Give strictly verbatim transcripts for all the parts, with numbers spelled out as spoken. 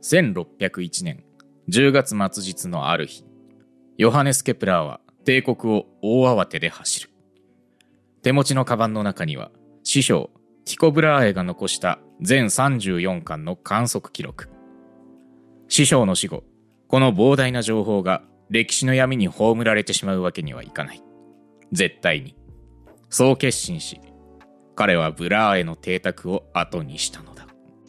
せんろっぴゃくいちねんじゅうがつ末日のある日、ヨハネス・ケプラーは帝国を大慌てで走る。手持ちのカバンの中には師匠ティコ・ブラーエが残した全さんじゅうよんかんの観測記録。師匠の死後、この膨大な情報が歴史の闇に葬られてしまうわけにはいかない。絶対に。そう決心し、彼はブラーエの邸宅を後にしたのだ。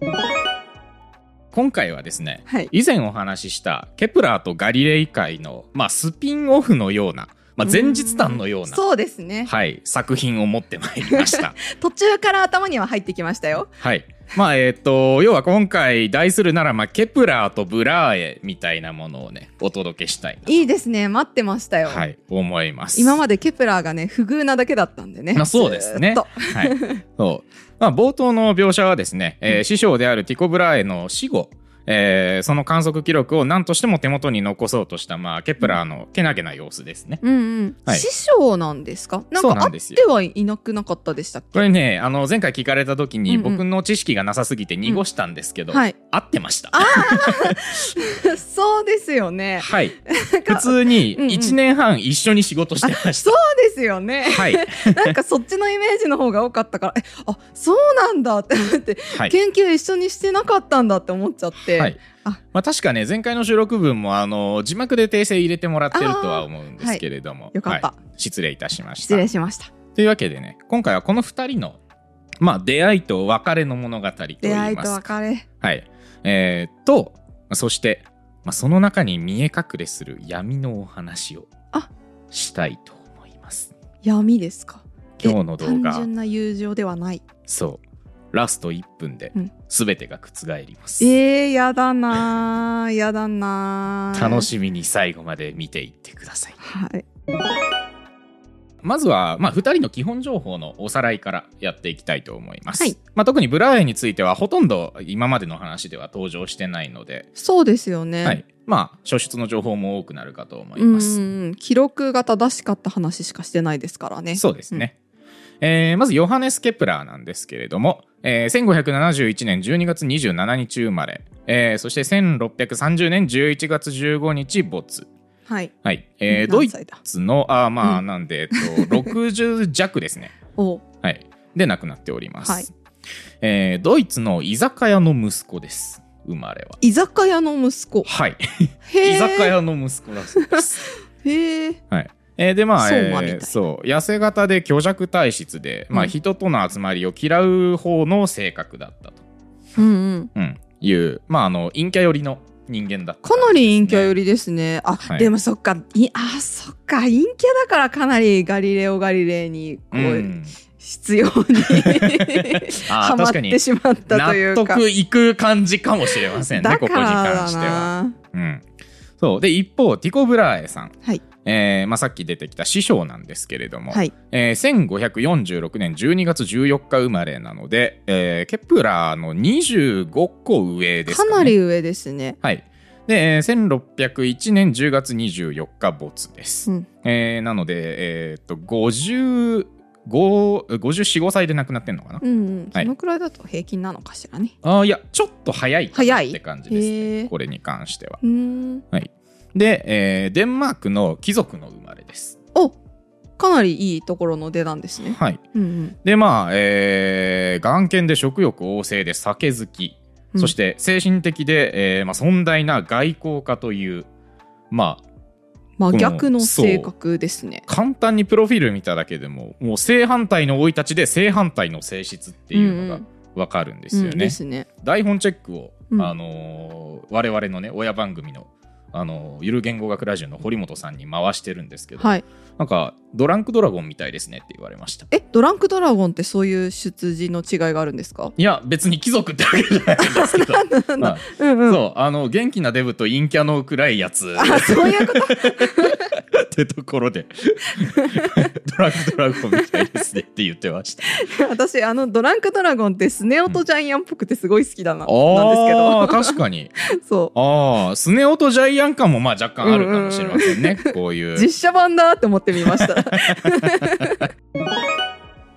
今回はですね、はい、以前お話ししたケプラーとガリレイ会の、まあ、スピンオフのような、まあ、前日談のような、 そうですね、 はい、作品を持ってまいりました途中から頭には入ってきましたよ。 はい、まあえー、と要は今回題するなら、まあ、ケプラーとブラーエみたいなものをねお届けしたいな。 いいですね、待ってましたよ。 はい、思います。 今までケプラーがね不遇なだけだったんでね。 まあ、そうですね、はい、そうまあ、冒頭の描写はですね、えー、師匠であるティコ・ブラーエの死後、えー、その観測記録を何としても手元に残そうとした、まあ、ケプラーのけなげな様子ですね。 うんうん、はい、師匠なんですか？なんかあってはいなくなかったでしたっけ？ これね、あの前回聞かれた時に僕の知識がなさすぎて濁したんですけど、うんうん、はい、合ってました。 あそうですよね。 はい、普通にいちねんはん一緒に仕事してました。 そうですよね、はい、なんかそっちのイメージの方が多かったからえあそうなんだって思って、はい、研究一緒にしてなかったんだって思っちゃって、はい、あ、まあ、確かね前回の収録分もあの字幕で訂正入れてもらってるとは思うんですけれども、はい、 よかった、 はい、失礼いたしました。 失礼しました。 というわけでね、今回はこのふたりの、まあ、出会いと別れの物語といいますか、 出会いと別れ、 はい、えー、とそして、まあ、その中に見え隠れする闇のお話をしたいと思います。 闇ですか？ 今日の動画単純な友情ではない。 そうラストいっぷんで全てが覆ります、 うん、えー、やだなやだな。 楽しみに最後まで見ていってください。 はい、 まずは、まあ、ふたりの基本情報のおさらいからやっていきたいと思います、 はい、 まあ、特にブラーエについてはほとんど今までの話では登場してないので。 そうですよね、 はい、まあ初出の情報も多くなるかと思います。 うん、記録が正しかった話しかしてないですからね。 そうですね、うん、えー、まずヨハネス・ケプラーなんですけれども、えー、せんごひゃくななじゅういちねんじゅうにがつにじゅうしちにち生まれ、えー、そしてせんろっぴゃくさんじゅうねんじゅういちがつじゅうごにち没。 はい、 はい、えー、ドイツのあまあ、うん、なんで、えっと、ろくじゅう弱ですねお、 はい、で亡くなっております、 はい、 えー、ドイツの居酒屋の息子です。生まれは居酒屋の息子。 はい居酒屋の息子だそうですへえ、 はい、えー、でまあ、 そうまみたいな、 えー、そう痩せ型で虚弱体質で、まあ、人との集まりを嫌う方の性格だったと、 うんうんうん、いうまああの陰キャ寄りの人間だった、ね、 かなり陰キャ寄りですね。あ、はい、でもそっかいあそっか陰キャだからかなりガリレオ・ガリレイにこう、うん、必要にはまってしまったというか納得いく感じかもしれませんねここに関しては、うん、そうで一方ティコ・ブラーエさん、 はい、 えーまあ、さっき出てきた師匠なんですけれども、 はい、 えー、せんごひゃくよんじゅうろくねんじゅうにがつじゅうよっか生まれなので、えー、ケプラーのにじゅうごこ上ですかね。 かなり上ですね。 はい、で、えー、せんろっぴゃくいちねんじゅうがつにじゅうよっか没です、うん、えー、なので、えー、っとごじゅうご、ごじゅうよん、ごさいで亡くなってんのかな、 うんうん、はい、そのくらいだと平均なのかしらね。 あいやちょっと早いかなって感じですね、 これに関しては。 うーん、 はい、で、えー、デンマークの貴族の生まれです。 お、かなりいいところの出なんですね。 はい、 うんうん、でまあ、えー、眼見で食欲旺盛で酒好き、うん、そして精神的で、えーまあ、尊大な外交家というまあ真逆の性格ですね。 簡単にプロフィール見ただけでももう正反対の生い立ちで正反対の性質っていうのが分かるんですよね。うんうん、 ですね。 台本チェックを、うん、あのー、我々のね親番組のあのゆる言語学ラジオの堀本さんに回してるんですけど、はい、なんかドランクドラゴンみたいですねって言われました。 え、ドランクドラゴンってそういう出自の違いがあるんですか？ いや別に貴族ってわけじゃないんですけどなんだなんだ、まあうんうん、そうあの元気なデブと陰キャの暗いやつあそういうことってところでドランクドラゴンみたいですねって言ってました。 私あのドランクドラゴンってスネ夫とジャイアンっぽくてすごい好きだな、 うん、なんですけどあ確かにそうあスネ夫とジャイアン感もまあ若干あるかもしれませんね、うんうん、こういう実写版だって思ってみました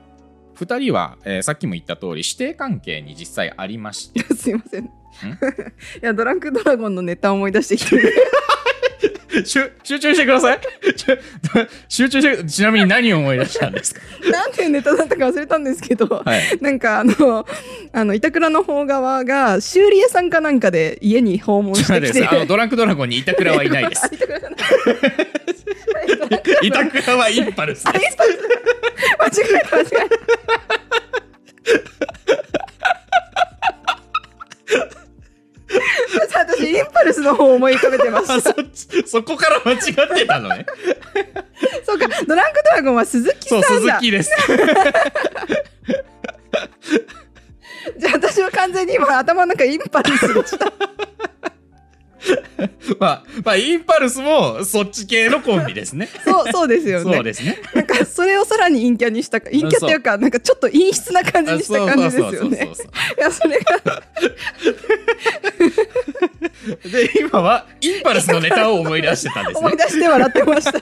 ふたりは、えー、さっきも言った通り師弟関係に実際ありまして。 すいません。いやドランクドラゴンのネタ思い出してきて集中してください。集中して。ちなみに何を思い出したんですか？ なんていうネタだったか忘れたんですけど、はい、なんかあのあの板倉の方側が修理屋さんかなんかで家に訪問してきて、 あのドランクドラゴンに板倉はいないです。板倉じゃない板倉はインパルスです。間違えた間違えた。私インパルスの方を思い浮かべてました。 そ, そこから間違ってたのね。 そうか、ドランクドラゴンは鈴木さんだ。 そう鈴木です。 じゃあ私は完全に今頭の中インパルスでした。 まあ、まあインパルスもそっち系のコンビですね。 そうそうですよね。 そうですね。なんかそれをさらに陰キャにしたか、陰キャっていうかなんかちょっと陰湿な感じにした感じですよね。いやそれがで今はインパルスのネタを思い出してたんですね。 思い出して笑ってました。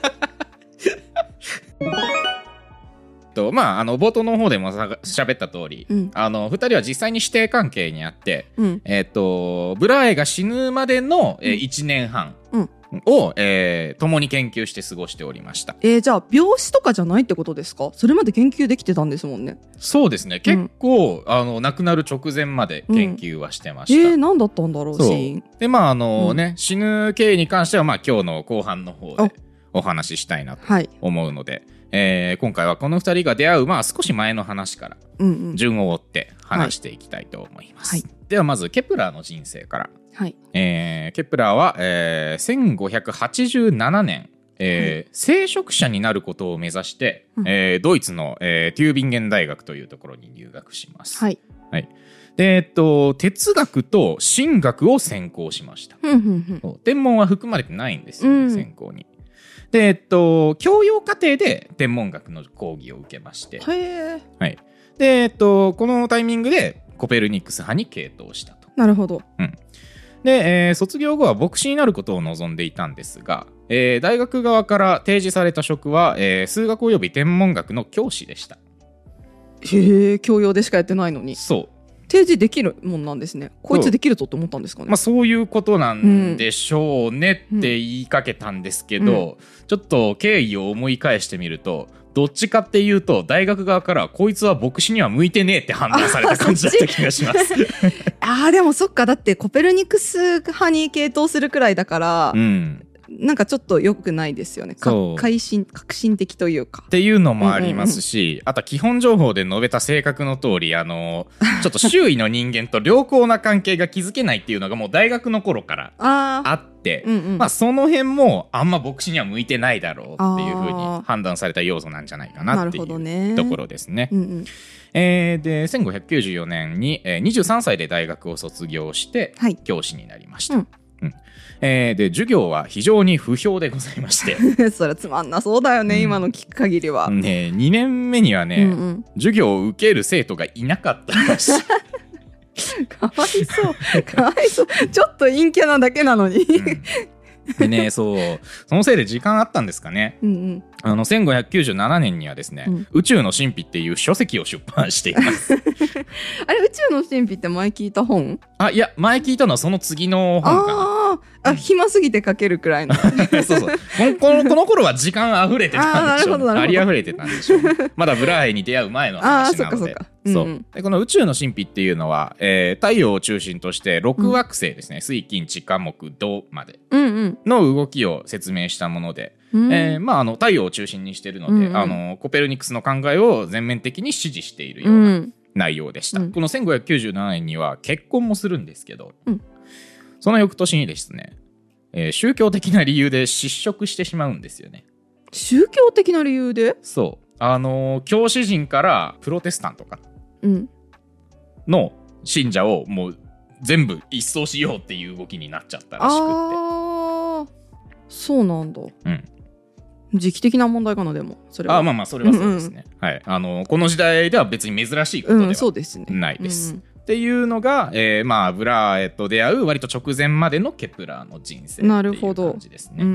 とまあ、あの冒頭の方でも喋った通り、うん、あのふたりは実際に師弟関係にあって、うん、えー、とブラーエが死ぬまでの、うん、えー、いちねんはんを、うんえー、共に研究して過ごしておりました。 えー、じゃあ病死とかじゃないってことですか？それまで研究できてたんですもんね。 そうですね、結構、うん、あの亡くなる直前まで研究はしてました。 うん、えー、何だったんだろうシーンでまああの、うんね、死ぬ経緯に関しては、まあ、今日の後半の方でお話ししたいなと思うので、はいえー、今回はこのふたりが出会う、まあ、少し前の話から順を追って話していきたいと思います、はいはい、ではまずケプラーの人生から、はいえー、ケプラーは、えー、せんごひゃくはちじゅうななねん、えーはい、聖職者になることを目指して、うんえー、ドイツの、えー、テュービンゲン大学というところに入学します、はいはいでえっと、哲学と神学を専攻しました。天文は含まれてないんですよね、うん、専攻に。でえっと、教養課程で天文学の講義を受けまして、はいでえっと、このタイミングでコペルニクス派に傾倒したと。 なるほど、 うんでえー、卒業後は牧師になることを望んでいたんですが、えー、大学側から提示された職は、えー、数学および天文学の教師でした。 へえ、教養でしかやってないのに。 そう提示できるもんなんですね。こいつできるぞと思ったんですかね。 まあ、そういうことなんでしょうねって言いかけたんですけど、うんうん、ちょっと経緯を思い返してみると、どっちかっていうと大学側からこいつは牧師には向いてねえって判断された感じだった気がします。 あーでもそっか、だってコペルニクス派に傾倒するくらいだから、うんなんかちょっと良くないですよね。改心革新的というかっていうのもありますし、うんうんうん、あと基本情報で述べた性格の通り、あのちょっと周囲の人間と良好な関係が築けないっていうのがもう大学の頃からあって、うんうんまあ、その辺もあんま牧師には向いてないだろうっていうふうに判断された要素なんじゃないかなっていうところですね。うんうんえー、でせんごひゃくきゅうじゅうよねんに、えー、にじゅうさんさいで大学を卒業して教師になりました、はいうんうんえー、で授業は非常に不評でございましてそれつまんなそうだよね、うん、今の聞く限りは、 ね、にねんめにはね、うんうん、授業を受ける生徒がいなかったらしい。 かわいそうかわいそうちょっと陰キャなだけなのに、うんでね、そうそのせいで時間あったんですかね、うんうん、あのせんごひゃくきゅうじゅうななねんにはですね、うん、宇宙の神秘っていう書籍を出版していますあれ宇宙の神秘って前聞いた本？ あいや前聞いたのはその次の本かな。 ああ暇すぎて書けるくらいのそうそうこのこの頃は時間あふれてたんでしょう、ね、ありあふれてたんでしょう、ね、まだブラーエに出会う前の話なのでこの宇宙の神秘っていうのは、えー、太陽を中心としてろく惑星ですね、うん、水金地火木土までの動きを説明したもので、うんえーまあ、あの太陽を中心にしているので、うんうん、あのコペルニクスの考えを全面的に支持しているような内容でした、うん、このせんごひゃくきゅうじゅうななねんには結婚もするんですけど、うん、その翌年にですね、えー、宗教的な理由で失職してしまうんですよね。 宗教的な理由で？ そうあのー、教師陣からプロテスタントかの信者をもう全部一掃しようっていう動きになっちゃったらしくって。 あそうなんだ、うん時期的な問題かな。でもそれはあまあまあそれはそうですね、うんうんはい、あのこの時代では別に珍しいことではないです、うんそうですねうん、っていうのが、えーまあ、ブラーエと出会う割と直前までのケプラーの人生っていう感じですね。 なるほど、うんうん、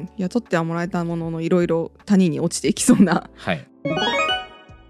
雇ってはもらえたもののいろいろ谷に落ちていきそうな、はい、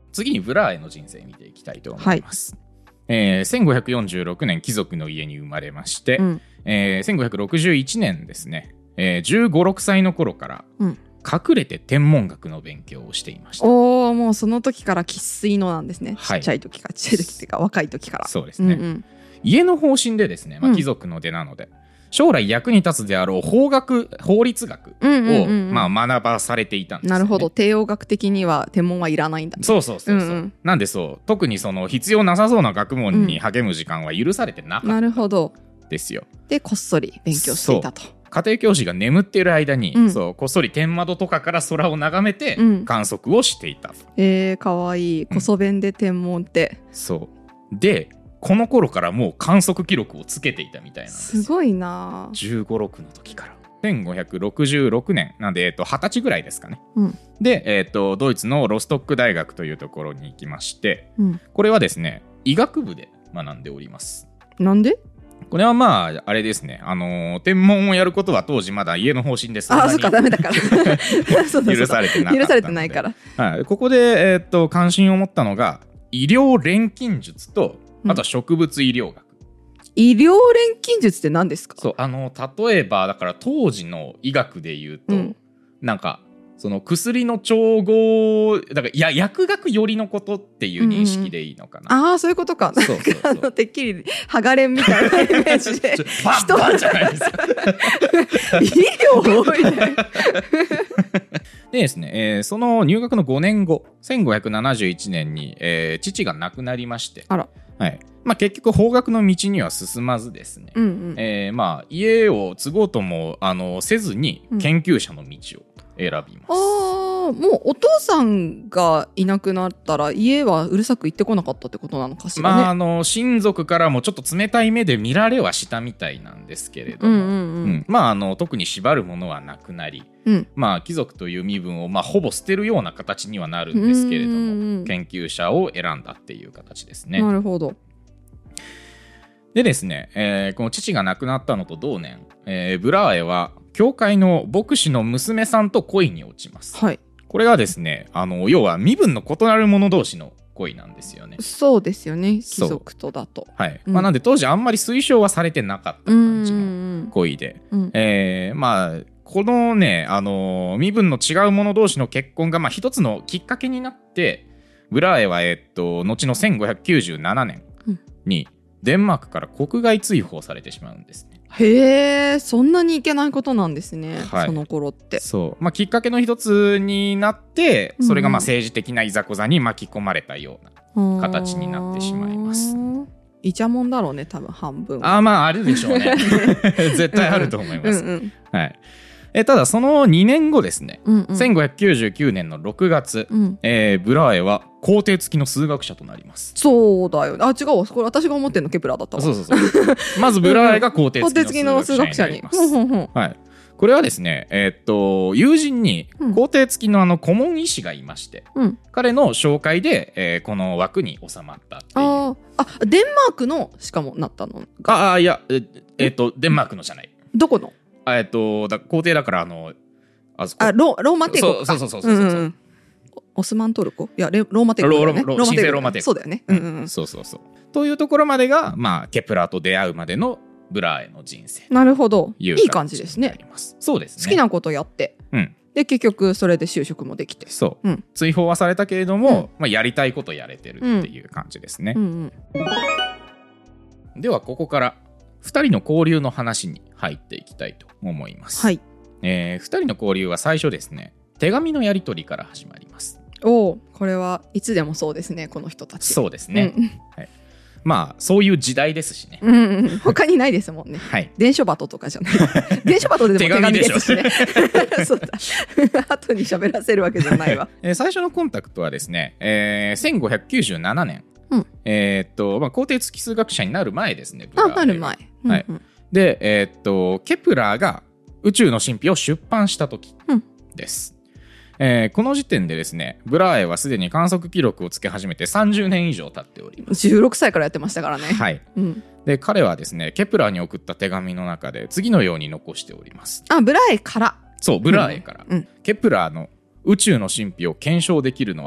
次にブラーエの人生見ていきたいと思います、はいえー、せんごひゃくよんじゅうろくねん貴族の家に生まれまして、うんえー、せんごひゃくろくじゅういちねんですね、えー、じゅうご、ろくさいの頃から、うん隠れて天文学の勉強をしていました。 おー、もうその時から生粋のなんですね、はい、ちっちゃい時からちっちゃい時っていうか若い時からそうですね、うんうん、家の方針でですね、まあ、貴族の出なので、うん、将来役に立つであろう法学法律学を、うんうんうんうんまあ、学ばされていたんです、ね、 なるほど帝王学的には天文はいらないんだ、ね、 そうそうそうそう、うんうん、なんでそう特にその必要なさそうな学問に励む時間は許されてなかった、うん、なるほどですよ。 でこっそり勉強していたと。 家庭教師が眠っている間に、うん、そうこっそり天窓とかから空を眺めて観測をしていたと、うん、 えー、かわいいこそ弁で天文って、 うん、そうでこの頃からもう観測記録をつけていたみたいなんですよ。 すごいな。 じゅうご、ろくの時からせんごひゃくろくじゅうろくねんなんで、えー、とはたちぐらいですかね、うん、で、えー、とドイツのロストック大学というところに行きまして、うん、これはですね医学部で学んでおります。 なんで？ これはまああれですね、あのー、天文をやることは当時まだ家の方針です。 ああ、そっかダメだからそうだ許されてなかった。 許されてないから、 はい、ここで、えー、っと関心を持ったのが医療錬金術とあとは植物医療学、うん、 医療錬金術って何ですか？ そうあの例えばだから当時の医学でいうと、うん、なんかその薬の調合だからいや薬学寄りのことっていう認識でいいのかな、 うんうん、ああそういうことか。そうそうそうあのてっきりハガレンみたいなイメージでバンバンじゃないですか医療多いねでですね、えー、その入学のごねんごせんごひゃくななじゅういちねんに、えー、父が亡くなりまして、 あら、 はいまあ、結局法学の道には進まずですね、うんうんえーまあ、家を継ごうともあのせずに研究者の道を選びます、うん、 あもうお父さんがいなくなったら家はうるさく行ってこなかったってことなのかしらね。 まあ、あの親族からもちょっと冷たい目で見られはしたみたいなんですけれども、うんうんうんうん、まあ、あの特に縛るものはなくなり、うんまあ、貴族という身分を、まあ、ほぼ捨てるような形にはなるんですけれども、うんうんうん、研究者を選んだっていう形ですね。 なるほど。 でですね、えー、この父が亡くなったのと同年、えー、ブラーエは教会の牧師の娘さんと恋に落ちます、はい、これがですねあの要は身分の異なる者同士の恋なんですよね。 そうですよね貴族とだと、 はいうんまあ、なんで当時あんまり推奨はされてなかった感じの恋で、うんうんえー、まあこのね、あのー、身分の違う者同士の結婚がまあ一つのきっかけになってブラーエは、えっと、後のせんごひゃくきゅうじゅうななねんにデンマークから国外追放されてしまうんですね。 へえ、そんなにいけないことなんですね、はい、その頃ってそう、まあ、きっかけの一つになってそれがまあ政治的ないざこざに巻き込まれたような形になってしまいます。 イチャモンだろうね多分半分。 あまああるでしょうね絶対あると思います、うんうんはいえただそのにねんごですね、うんうん、せんごひゃくきゅうじゅうきゅうねんのろくがつ、うんえー、ブラーエは皇帝付きの数学者となります。 そうだよ、あ違うわこれ私が思ってるのケプラーだったわ。 そうそうそうまずブラーエが皇帝付きの数学者になります、うんうんはい、これはですね、えー、っと友人に皇帝付きのあの顧問医師がいまして、うん、彼の紹介で、えー、この枠に収まったっていう。 ああデンマークのしかもなったのああいやええー、っとデンマークのじゃないどこのえっとだ皇帝だからあのあそこあ ロ, ローマ帝国かそうそうそうそうそうそう、うんうん、 オスマントルコいやローマ帝国だよね。 ロ神聖ローマ帝国そうだよね、うんうんうん、 そうそうそうというところまでが、まあ、ケプラーと出会うまでのブラーエの人生。 なるほどいい感じですね。 そうですね好きなことやって、うん、で結局それで就職もできてそう、うん、追放はされたけれども、うんまあ、やりたいことやれてるっていう感じですね、うんうんうん、ではここからふたりの交流の話に入っていきたいと思います、はいえー、ふたりの交流は最初ですね手紙のやり取りから始まります。 おおこれはいつでもそうですねこの人たち。 そうですね、うんはい、まあそういう時代ですしね、 うんうん、他にないですもんね、はい、伝書バトとかじゃない伝書バトでも手紙ですしねそうだ後に喋らせるわけじゃないわ、 えー、最初のコンタクトはですね、えー、せんごひゃくきゅうじゅうななねん、うんえーっとまあ、皇帝付き数学者になる前ですね。 あなる前、うんうんはい、 で、えーっとケプラーが宇宙の神秘を出版した時です、うんえー、この時点でですねブラーエはすでに観測記録をつけ始めてさんじゅうねん以上経っております。 じゅうろくさいからやってましたからね。 はい、うん、で彼はですねケプラーに送った手紙の中で次のように残しております。 あブラーエからそうブラーエから、うんうん、ケプラーの宇宙の神秘を検証できるのは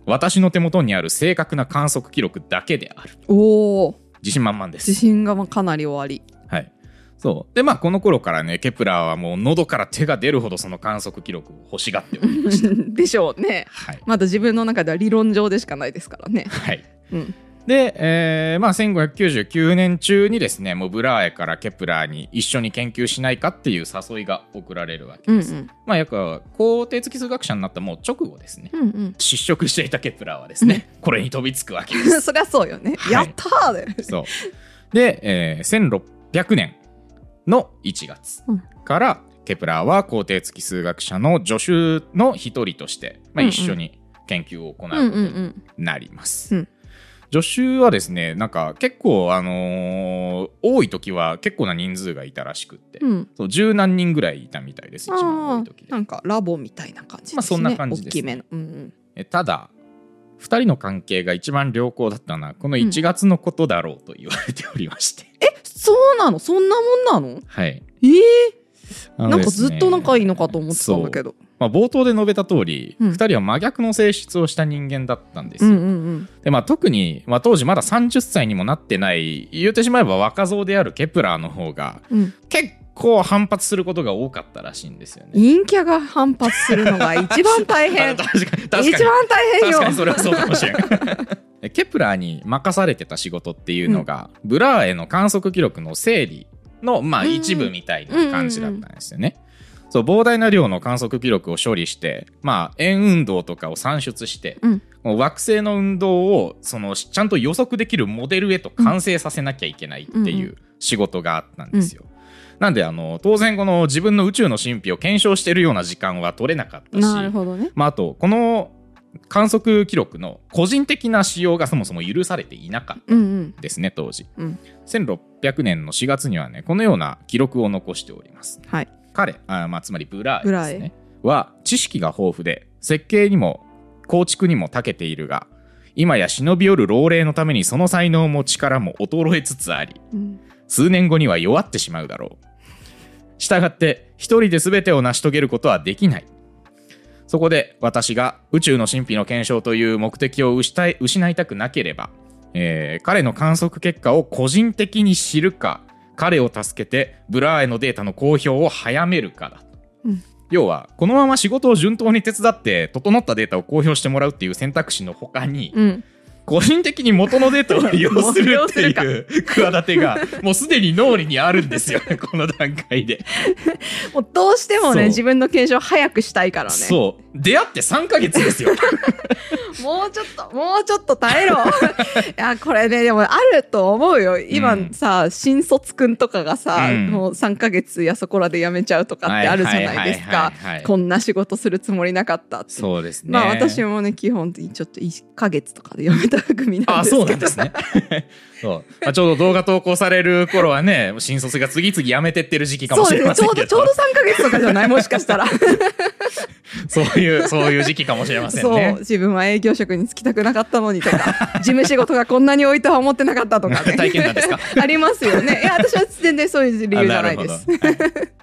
私の手元にある正確な観測記録だけである。 おー、 自信満々です。 自信がかなり終わり。 はい。そうでまあこの頃からねケプラーはもう喉から手が出るほどその観測記録を欲しがっておりましたでしょうね、はい、まだ自分の中では理論上でしかないですからね。 はい、うん、で、えーまあ、せんごひゃくきゅうじゅうきゅうねん中にですねもうブラーエからケプラーに一緒に研究しないかっていう誘いが送られるわけです、うんうん、まあやっぱ高低月数学者になったもう直後ですね、うんうん、失職していたケプラーはですね、うん、これに飛びつくわけですそりゃそうよね、はい、やったーでそうで、えー、せんろっぴゃくねんのいちがつから、うん、ケプラーは高低月数学者の助手の一人として、まあ、一緒に研究を行うことになります、うんうんうん、助手はですねなんか結構、あのー、多い時は結構な人数がいたらしくって、うん、そう十何人ぐらいいたみたいです。一番多い時でなんかラボみたいな感じですね。 まあそんな感じです、ね、 大きめの、うんうん、 えただふたりの関係が一番良好だったのはこのいちがつのことだろうと言われておりまして、 うん、えそうなの？そんなもんなの？ はいえー、なんかずっと仲いいのかと思ってたんだけど、 まあ、冒頭で述べた通り、うん、ふたりは真逆の性質をした人間だったんですよ、うんうんうん、でまあ、特に、まあ、当時まださんじゅっさいにもなってない言ってしまえば若造であるケプラーの方が、うん、結構反発することが多かったらしいんですよね。 陰キャが反発するのが一番大変確かに確かに一番大変よ。 確かにそれはそうかもしれないケプラーに任されてた仕事っていうのが、うん、ブラーエの観測記録の整理の、まあ、一部みたいな感じだったんですよね、うんうんうん、そう膨大な量の観測記録を処理して、まあ、円運動とかを算出して、うん、惑星の運動をそのちゃんと予測できるモデルへと完成させなきゃいけないっていう仕事があったんですよ、うんうん、なんであの当然この自分の宇宙の神秘を検証しているような時間は取れなかったし、 なるほどね、 まあ、あとこの観測記録の個人的な使用がそもそも許されていなかったですね、うんうん、当時、うん、せんろっぴゃくねんのしがつにはねこのような記録を残しております、はい、彼あ、まあ、つまりブラーエですねは知識が豊富で設計にも構築にも長けているが今や忍び寄る老齢のためにその才能も力も衰えつつあり、うん、数年後には弱ってしまうだろう。したがって一人で全てを成し遂げることはできない。そこで私が宇宙の神秘の検証という目的を失い、失いたくなければ、えー、彼の観測結果を個人的に知るか彼を助けてブラーエのデータの公表を早めるかだと、うん、要はこのまま仕事を順当に手伝って整ったデータを公表してもらうっていう選択肢の他に、うん、個人的に元のデータを利用するっていう企てがもうすでに脳裏にあるんですよねこの段階でもうどうしてもね自分の検証を早くしたいからね。 そう出会ってさんかげつですよもうちょっともうちょっと耐えろいやこれねでもあると思うよ今、うん、さ新卒くんとかがさ、うん、もうさんかげつやそこらで辞めちゃうとかってあるじゃないですか。こんな仕事するつもりなかったって。 そうですね。 まあ私もね基本的にちょっといっかげつとかで辞めた組なんですけど。 あそうなんですねそう、まあ、ちょうど動画投稿される頃はね新卒が次々辞めてってる時期かもしれませんけど、 そうですね、ちょうどちょうどさんかげつとかじゃないもしかしたらそういうそういう時期かもしれませんね。 そう自分は営業職に就きたくなかったのにとか事務仕事がこんなに多いとは思ってなかったとか、ね、 体験談ですかありますよね。いや私は全然そういう理由じゃないです、はい、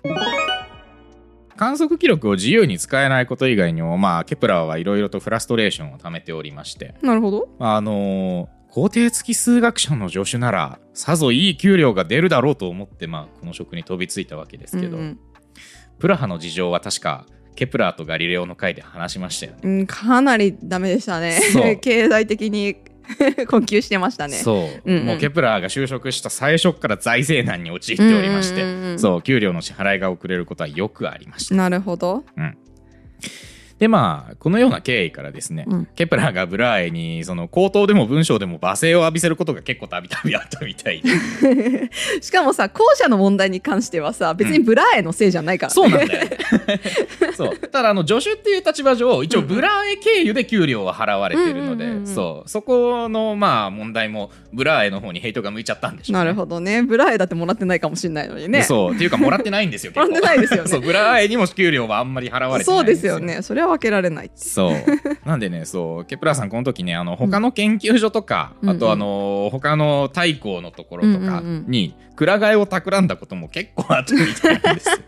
観測記録を自由に使えないこと以外にも、まあ、ケプラーはいろいろとフラストレーションを溜めておりまして。 なるほど。 あのー高低月数学者の助手ならさぞいい給料が出るだろうと思って、まあ、この職に飛びついたわけですけど、うんうん、プラハの事情は確かケプラーとガリレオの回で話しましたよね、 うん、かなりダメでしたね経済的に困窮してましたね。 そう、うんうん、もうケプラーが就職した最初から財政難に陥っておりまして、うんうんうん、そう給料の支払いが遅れることはよくありました。 なるほど、うんでまあこのような経緯からですね、うん、ケプラーがブラーエにその口頭でも文章でも罵声を浴びせることが結構たびたびあったみたいでしかもさ後者の問題に関してはさ別にブラーエのせいじゃないからね、 うん、そうなんだよそうただあの助手っていう立場上一応ブラーエ経由で給料は払われているので、うんうん、そうそこのまあ問題もブラーエの方にヘイトが向いちゃったんでしょうね。 なるほどね。ブラーエだってもらってないかもしれないのにね。 そうっていうかもらってないんですよもらってないですよね。 そうブラーエにも給料はあんまり払われてないんですよ。 そうですよね。それは分けられない。 そうなんでねそうケプラーさんこの時ねあの他の研究所とか、うん、あとあの他の太閤のところとかにくら替えを企んだことも結構あったみたいなんですよ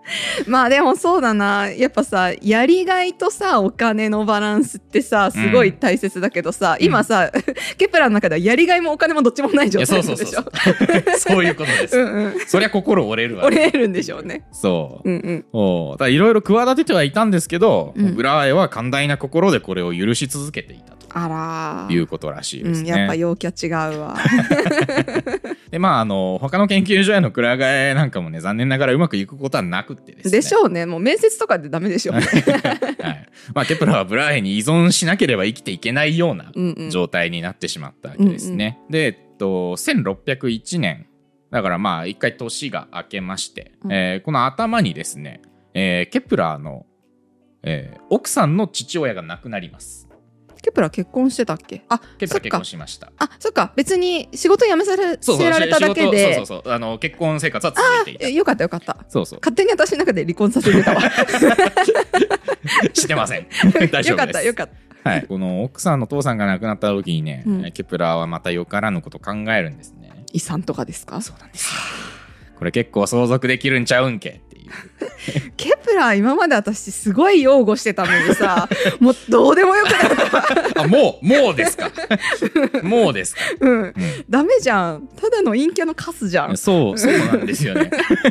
まあでもそうだな、やっぱさやりがいとさお金のバランスってさすごい大切だけどさ、うん、今さ、うん、ケプラーの中ではやりがいもお金もどっちもない状態なんでしょ。そうそうそうそういうことです。うん、うん、そりゃ心折れるわ、 ね、折れるんでしょうね。 そう、うんうん、いろいろ企ててはいたんですけど、うん、ブラーエは寛大な心でこれを許し続けていたとあらいうことらしいですね、 うん、やっぱ陽キャ違うわでまああの他の研究所へのくら替えなんかもね残念ながらうまくいくことはなくってですね。 でしょうね。もう面接とかでダメでしょうね、 はいまあ、ケプラーはブラーエに依存しなければ生きていけないような状態になってしまったわけですね、うんうん、で、えっと、せんろっぴゃくいちねんだからまあ一回年が明けまして、うんえー、この頭にですね、えー、ケプラーの、えー、奥さんの父親が亡くなります。 ケプラー結婚してたっけ？あ、 ケプラー結婚しました。 あ、そっか。別に仕事辞めされせられただけで、 そうそうそう、あの結婚生活は続いていた。 あ、よかったよかった。 そうそう。 勝手に私の中で離婚させてたわ。 してません。大丈夫です。 よかったよかった。 はい。この奥さんの父さんが亡くなった時にね、うん、ケプラーはまたよからぬことを考えるんですね。 遺産とかですか？ そうなんですよ。これ結構相続できるんちゃうんけっていう。 ケプラー今まで私すごい擁護してたのにさもうどうでもよくなったあもうもうですかもうですか、 うんうん、ダメじゃん。ただの陰キャのカスじゃん。 そうそうなんですよね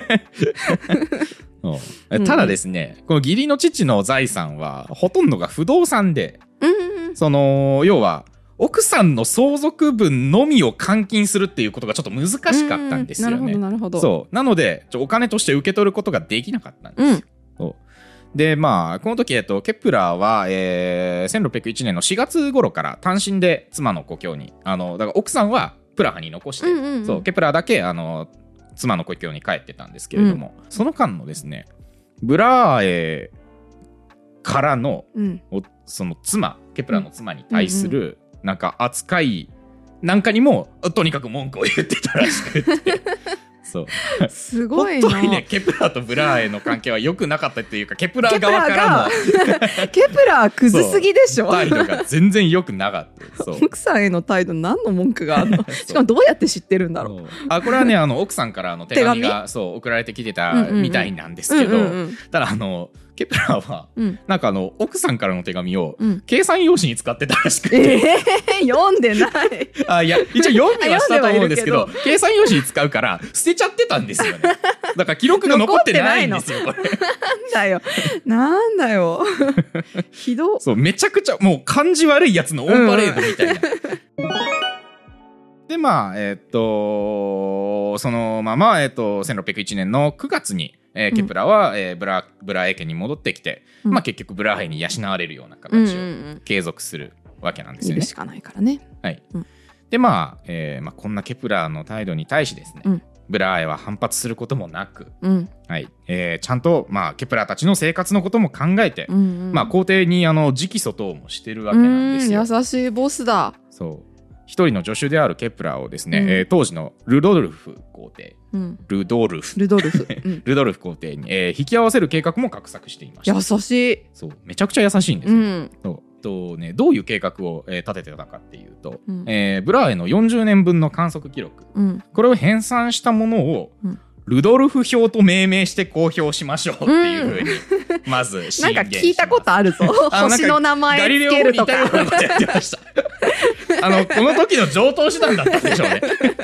ただですね、この義理の父の財産はほとんどが不動産で、うん、その要は奥さんの相続分のみを換金するっていうことがちょっと難しかったんですよね。なるほどなるほど。そうなのでお金として受け取ることができなかったんですよ、うん、でまあこの時、えっと、ケプラーは、えー、せんろっぴゃくいちねんのしがつ頃から単身で妻の故郷にあのだから奥さんはプラハに残して、うんうんうん、そうケプラーだけあの妻の故郷に帰ってたんですけれども、うん、その間のですねブラーエからの、うん、その妻ケプラーの妻に対する、うんうんうんなんか扱いなんかにもとにかく文句を言ってたらしくてそうすごいな。 本当にねケプラーとブラーエの関係は良くなかったっていうかケプラー側からもケプラークズすぎでしょ。 態度が全然良くなかったそう奥さんへの態度何の文句があるのしかもどうやって知ってるんだろう。うあこれはねあの奥さんからの手紙がそう送られてきてたみたいなんですけど、うんうんうん、ただあのケプラーは、うん、なんかあの奥さんからの手紙を、うん、計算用紙に使ってたらしくて、 えー、読んでないあいや一応読んではしたと思うんですけど計算用紙に使うから捨てちゃってたんですよね。だから記録が残ってないんですよこれ。 なんだよなんだよひどそうめちゃくちゃもう感じ悪いやつのオンパレードみたいな、うんでまあえー、っとそのまま、えー、っとせんろっぴゃくいちねんのくがつに、えー、ケプラーは、うんえー、ブラブラーエ家に戻ってきて、うんまあ、結局ブラーエに養われるような形を継続するわけなんですよね。 いるしかないからね。 はいうん、で、まあえーまあこんなケプラーの態度に対しですね、うん、ブラーエは反発することもなく、うんはいえー、ちゃんと、まあ、ケプラーたちの生活のことも考えて、うんうんまあ、皇帝にあの直訴等もしてるわけなんですよ。 優しいボスだ。 そう一人の助手であるケプラーをですね、うんえー、当時のルドルフ皇帝、うん、ルドルフルドルフ、 うん、ルドルフ皇帝に、えー、引き合わせる計画も画策していました。 優しい。 そうめちゃくちゃ優しいんですよ、うん、そうと、ね、どういう計画を、えー、立ててたかっていうと、うんえー、ブラーエのよんじゅうねんぶんの観測記録、うん、これを編纂したものを、うんルドルフ表と命名して公表しましょうっていうふうに、うん、まず進言します。なんか聞いたことあるぞ星の名前つけるとかガリレオみたいなことやってましたあのこの時の常套手段だったんでしょうね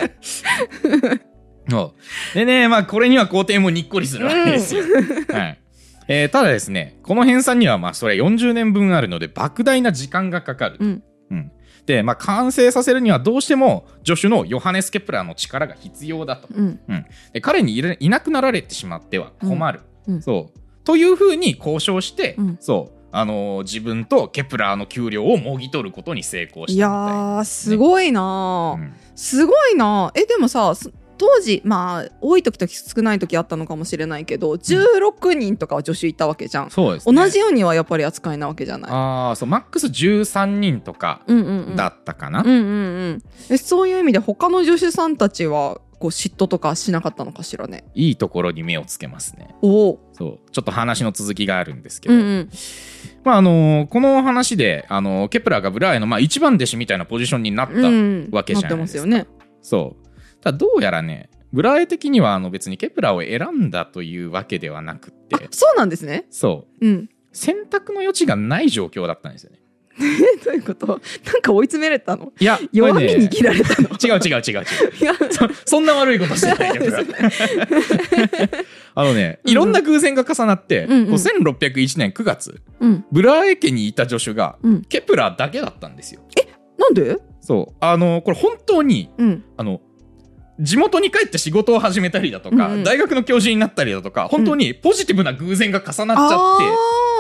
でねまあこれには皇帝もにっこりするわけですよ、うんはいえー、ただですねこの編纂にはまあそれよんじゅうねんぶんあるので莫大な時間がかかる、うんうんでまあ、完成させるにはどうしても助手のヨハネス・ケプラーの力が必要だと、うんうん、で彼に い, れいなくなられてしまっては困る、うんうん、そうというふうに交渉して、うんそうあのー、自分とケプラーの給料をもぎ取ることに成功したみたいな、ね、いやーすごいな、うん、すごいな。えでもさ当時まあ多い時と少ない時あったのかもしれないけどじゅうろくにんとかは助手いたわけじゃん、うん、そうですね、同じようにはやっぱり扱いなわけじゃない。 あそうマックスじゅうさんにんとかだったかな、うんうんうん、 えそういう意味で他の助手さんたちはこう嫉妬とかしなかったのかしらね。 いいところに目をつけますね。 おそうちょっと話の続きがあるんですけど、うんうんまああのー、この話で、あのー、ケプラーがブラーエの、まあ、一番弟子みたいなポジションになったわけじゃないですか、うん、なってますよね。そうただどうやらねブラーエ的にはあの別にケプラーを選んだというわけではなくて、 あ、そうなんですね。 そう、うん、選択の余地がない状況だったんですよね。 どういうこと？なんか追い詰められたの？ いや、 弱みに切られたの？ 違う違う違う違うそ, そんな悪いことしてないけどあのね、いろんな偶然が重なって、うんうん、こうせんろっぴゃくいちねんくがつ、うん、ブラーエ家にいた助手が、うん、ケプラーだけだったんですよ。 え、なんで？ そう、あのこれ本当に、うん、あの地元に帰って仕事を始めたりだとか、うんうん、大学の教授になったりだとか、本当にポジティブな偶然が重なっちゃって、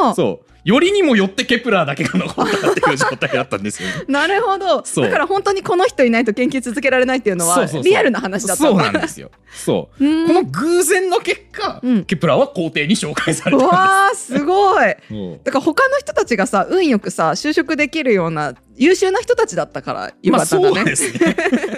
うん、そうよりにもよってケプラーだけが残ったっていう状態だったんですよ、ね、 なるほど。だから本当にこの人いないと研究続けられないっていうのはリアルな話だったんだ。 そうなんですよ。そうこの偶然の結果、うん、ケプラーは皇帝に紹介されたんです。 わー、すごい。だから他の人たちがさ、運よくさ就職できるような優秀な人たちだったからよかったんだね。 まあ、そうですね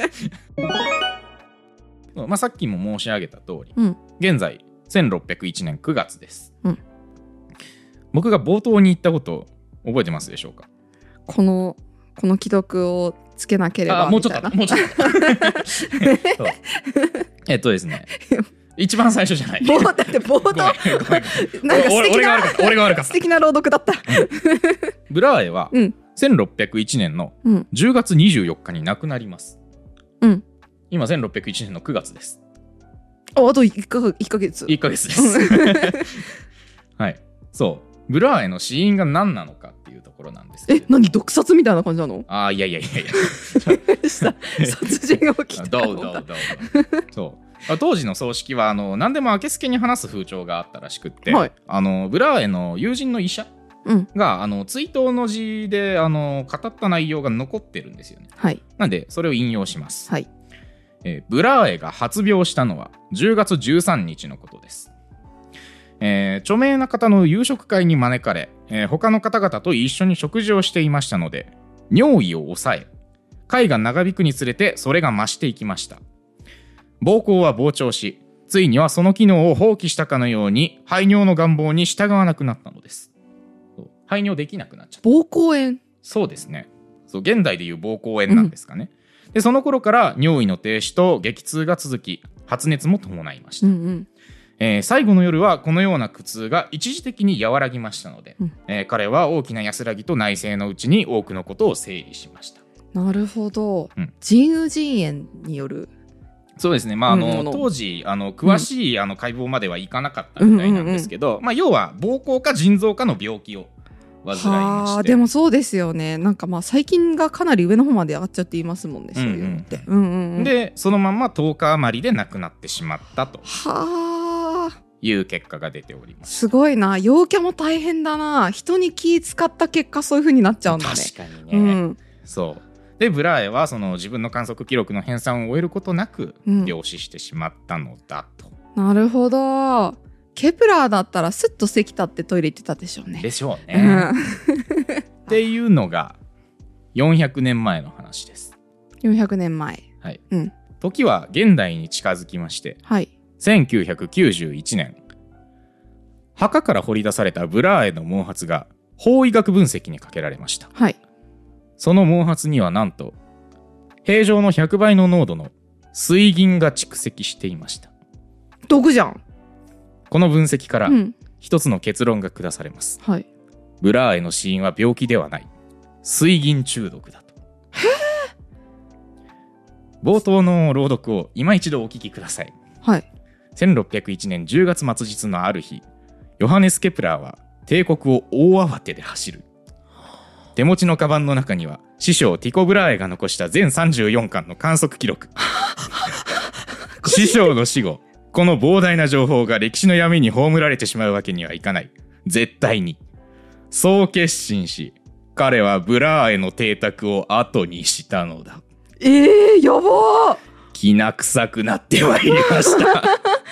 まあ、さっきも申し上げた通り、うん、現在せんろっぴゃくいちねんくがつです、うん、僕が冒頭に言ったこと覚えてますでしょうか？ このこの既読をつけなければみたいな。 もうちょっともうちょっとえっとですね一番最初じゃない。 だって冒頭なんか素敵な俺が悪かった。 素敵な朗読だったブラーエはせんろっぴゃくいちねんのじゅうがつにじゅうよっかに亡くなります。うん。今せんろっぴゃくいちねんのくがつです。 あ、あといっかげつ。 いっかげつですはい。そうブラーエの死因が何なのかっていうところなんですけど。 え、何毒殺みたいな感じなの？ あ、いやいやいやいや殺人が起きたどうどうどうそう当時の葬式はあの何でも明けすけに話す風潮があったらしくって、はい、あのブラーエの友人の医者が、うん、あの追悼の辞であの語った内容が残ってるんですよね、はい、なんでそれを引用します、はい。えー、ブラーエが発病したのはじゅうがつじゅうさんにちのことです、えー、著名な方の夕食会に招かれ、えー、他の方々と一緒に食事をしていましたので尿意を抑え会が長引くにつれてそれが増していきました。膀胱は膨張しついにはその機能を放棄したかのように排尿の願望に従わなくなったのです。排尿できなくなっちゃった。 膀胱炎。 そうですね。そう現代でいう膀胱炎なんですかね、うん、でその頃から尿意の停止と激痛が続き発熱も伴いました、うんうんえー、最後の夜はこのような苦痛が一時的に和らぎましたので、うんえー、彼は大きな安らぎと内省のうちに多くのことを整理しました。 なるほど、うん、腎盂腎炎による。 そうですね、まあ、あの、うん、当時あの詳しい、うん、あの解剖まではいかなかったみたいなんですけど、うんうんうんまあ、要は膀胱か腎臓かの病気を患いまして。 でもそうですよね。なんかまあ細菌がかなり上の方まで上がっちゃって言いますもんね、そういうのって、うんうんうん、 でそのままとおか余りで亡くなってしまったという結果が出ております。 すごいな。陽キャも大変だな。人に気使った結果そういう風になっちゃうんだね。 確かにね、うん、そうでブラーエはその自分の観測記録の編纂を終えることなく病死してしまったのだと、 うん、なるほど。ケプラーだったらスッとせき立ってトイレ行ってたでしょうね。 でしょうね、うん、っていうのがよんひゃくねんまえの話です。 よんひゃくねんまえ、 はいうん、時は現代に近づきまして、はい、せんきゅうひゃくきゅうじゅういちねん墓から掘り出されたブラーエの毛髪が法医学分析にかけられました、はい、その毛髪にはなんと平常のひゃくばいの濃度の水銀が蓄積していました。 毒じゃん。 この分析から一つの結論が下されます、うんはい、ブラーエの死因は病気ではない水銀中毒だと。冒頭の朗読を今一度お聞きください、はい、せんろっぴゃくいちねんじゅうがつ末日のある日ヨハネス・ケプラーは帝国を大慌てで走る。手持ちのカバンの中には師匠ティコ・ブラーエが残した全さんじゅうよんかんの観測記録師匠の死後この膨大な情報が歴史の闇に葬られてしまうわけにはいかない。絶対に。そう決心し、彼はブラーエの邸宅を後にしたのだ。 えー、やばー。 きな臭くなってまいりました。えー、えー、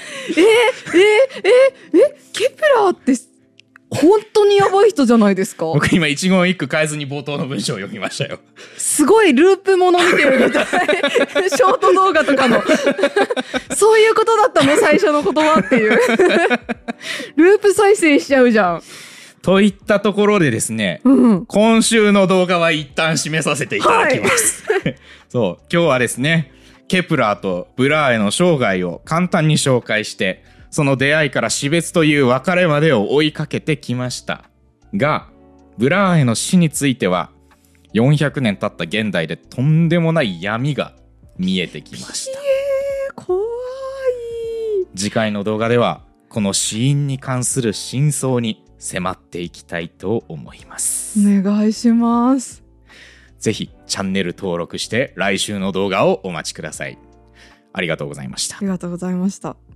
えー、え、ケプラーって本当にやばい人じゃないですか。 僕今一言一句変えずに冒頭の文章を読みましたよ。 すごいループもの見てるみたい。ショート動画とかのそういうことだったの最初の言葉っていうループ再生しちゃうじゃん。 といったところでですね、うん、今週の動画は一旦締めさせていただきます、はい、そう今日はですねケプラーとブラーエの生涯を簡単に紹介して、その出会いから死別という別れまでを追いかけてきましたが、ブラーエの死についてはよんひゃくねん経った現代でとんでもない闇が見えてきました。 えー、怖い。 次回の動画ではこの死因に関する真相に迫っていきたいと思います。 お願いします。 ぜひチャンネル登録して来週の動画をお待ちください。ありがとうございました。 ありがとうございました。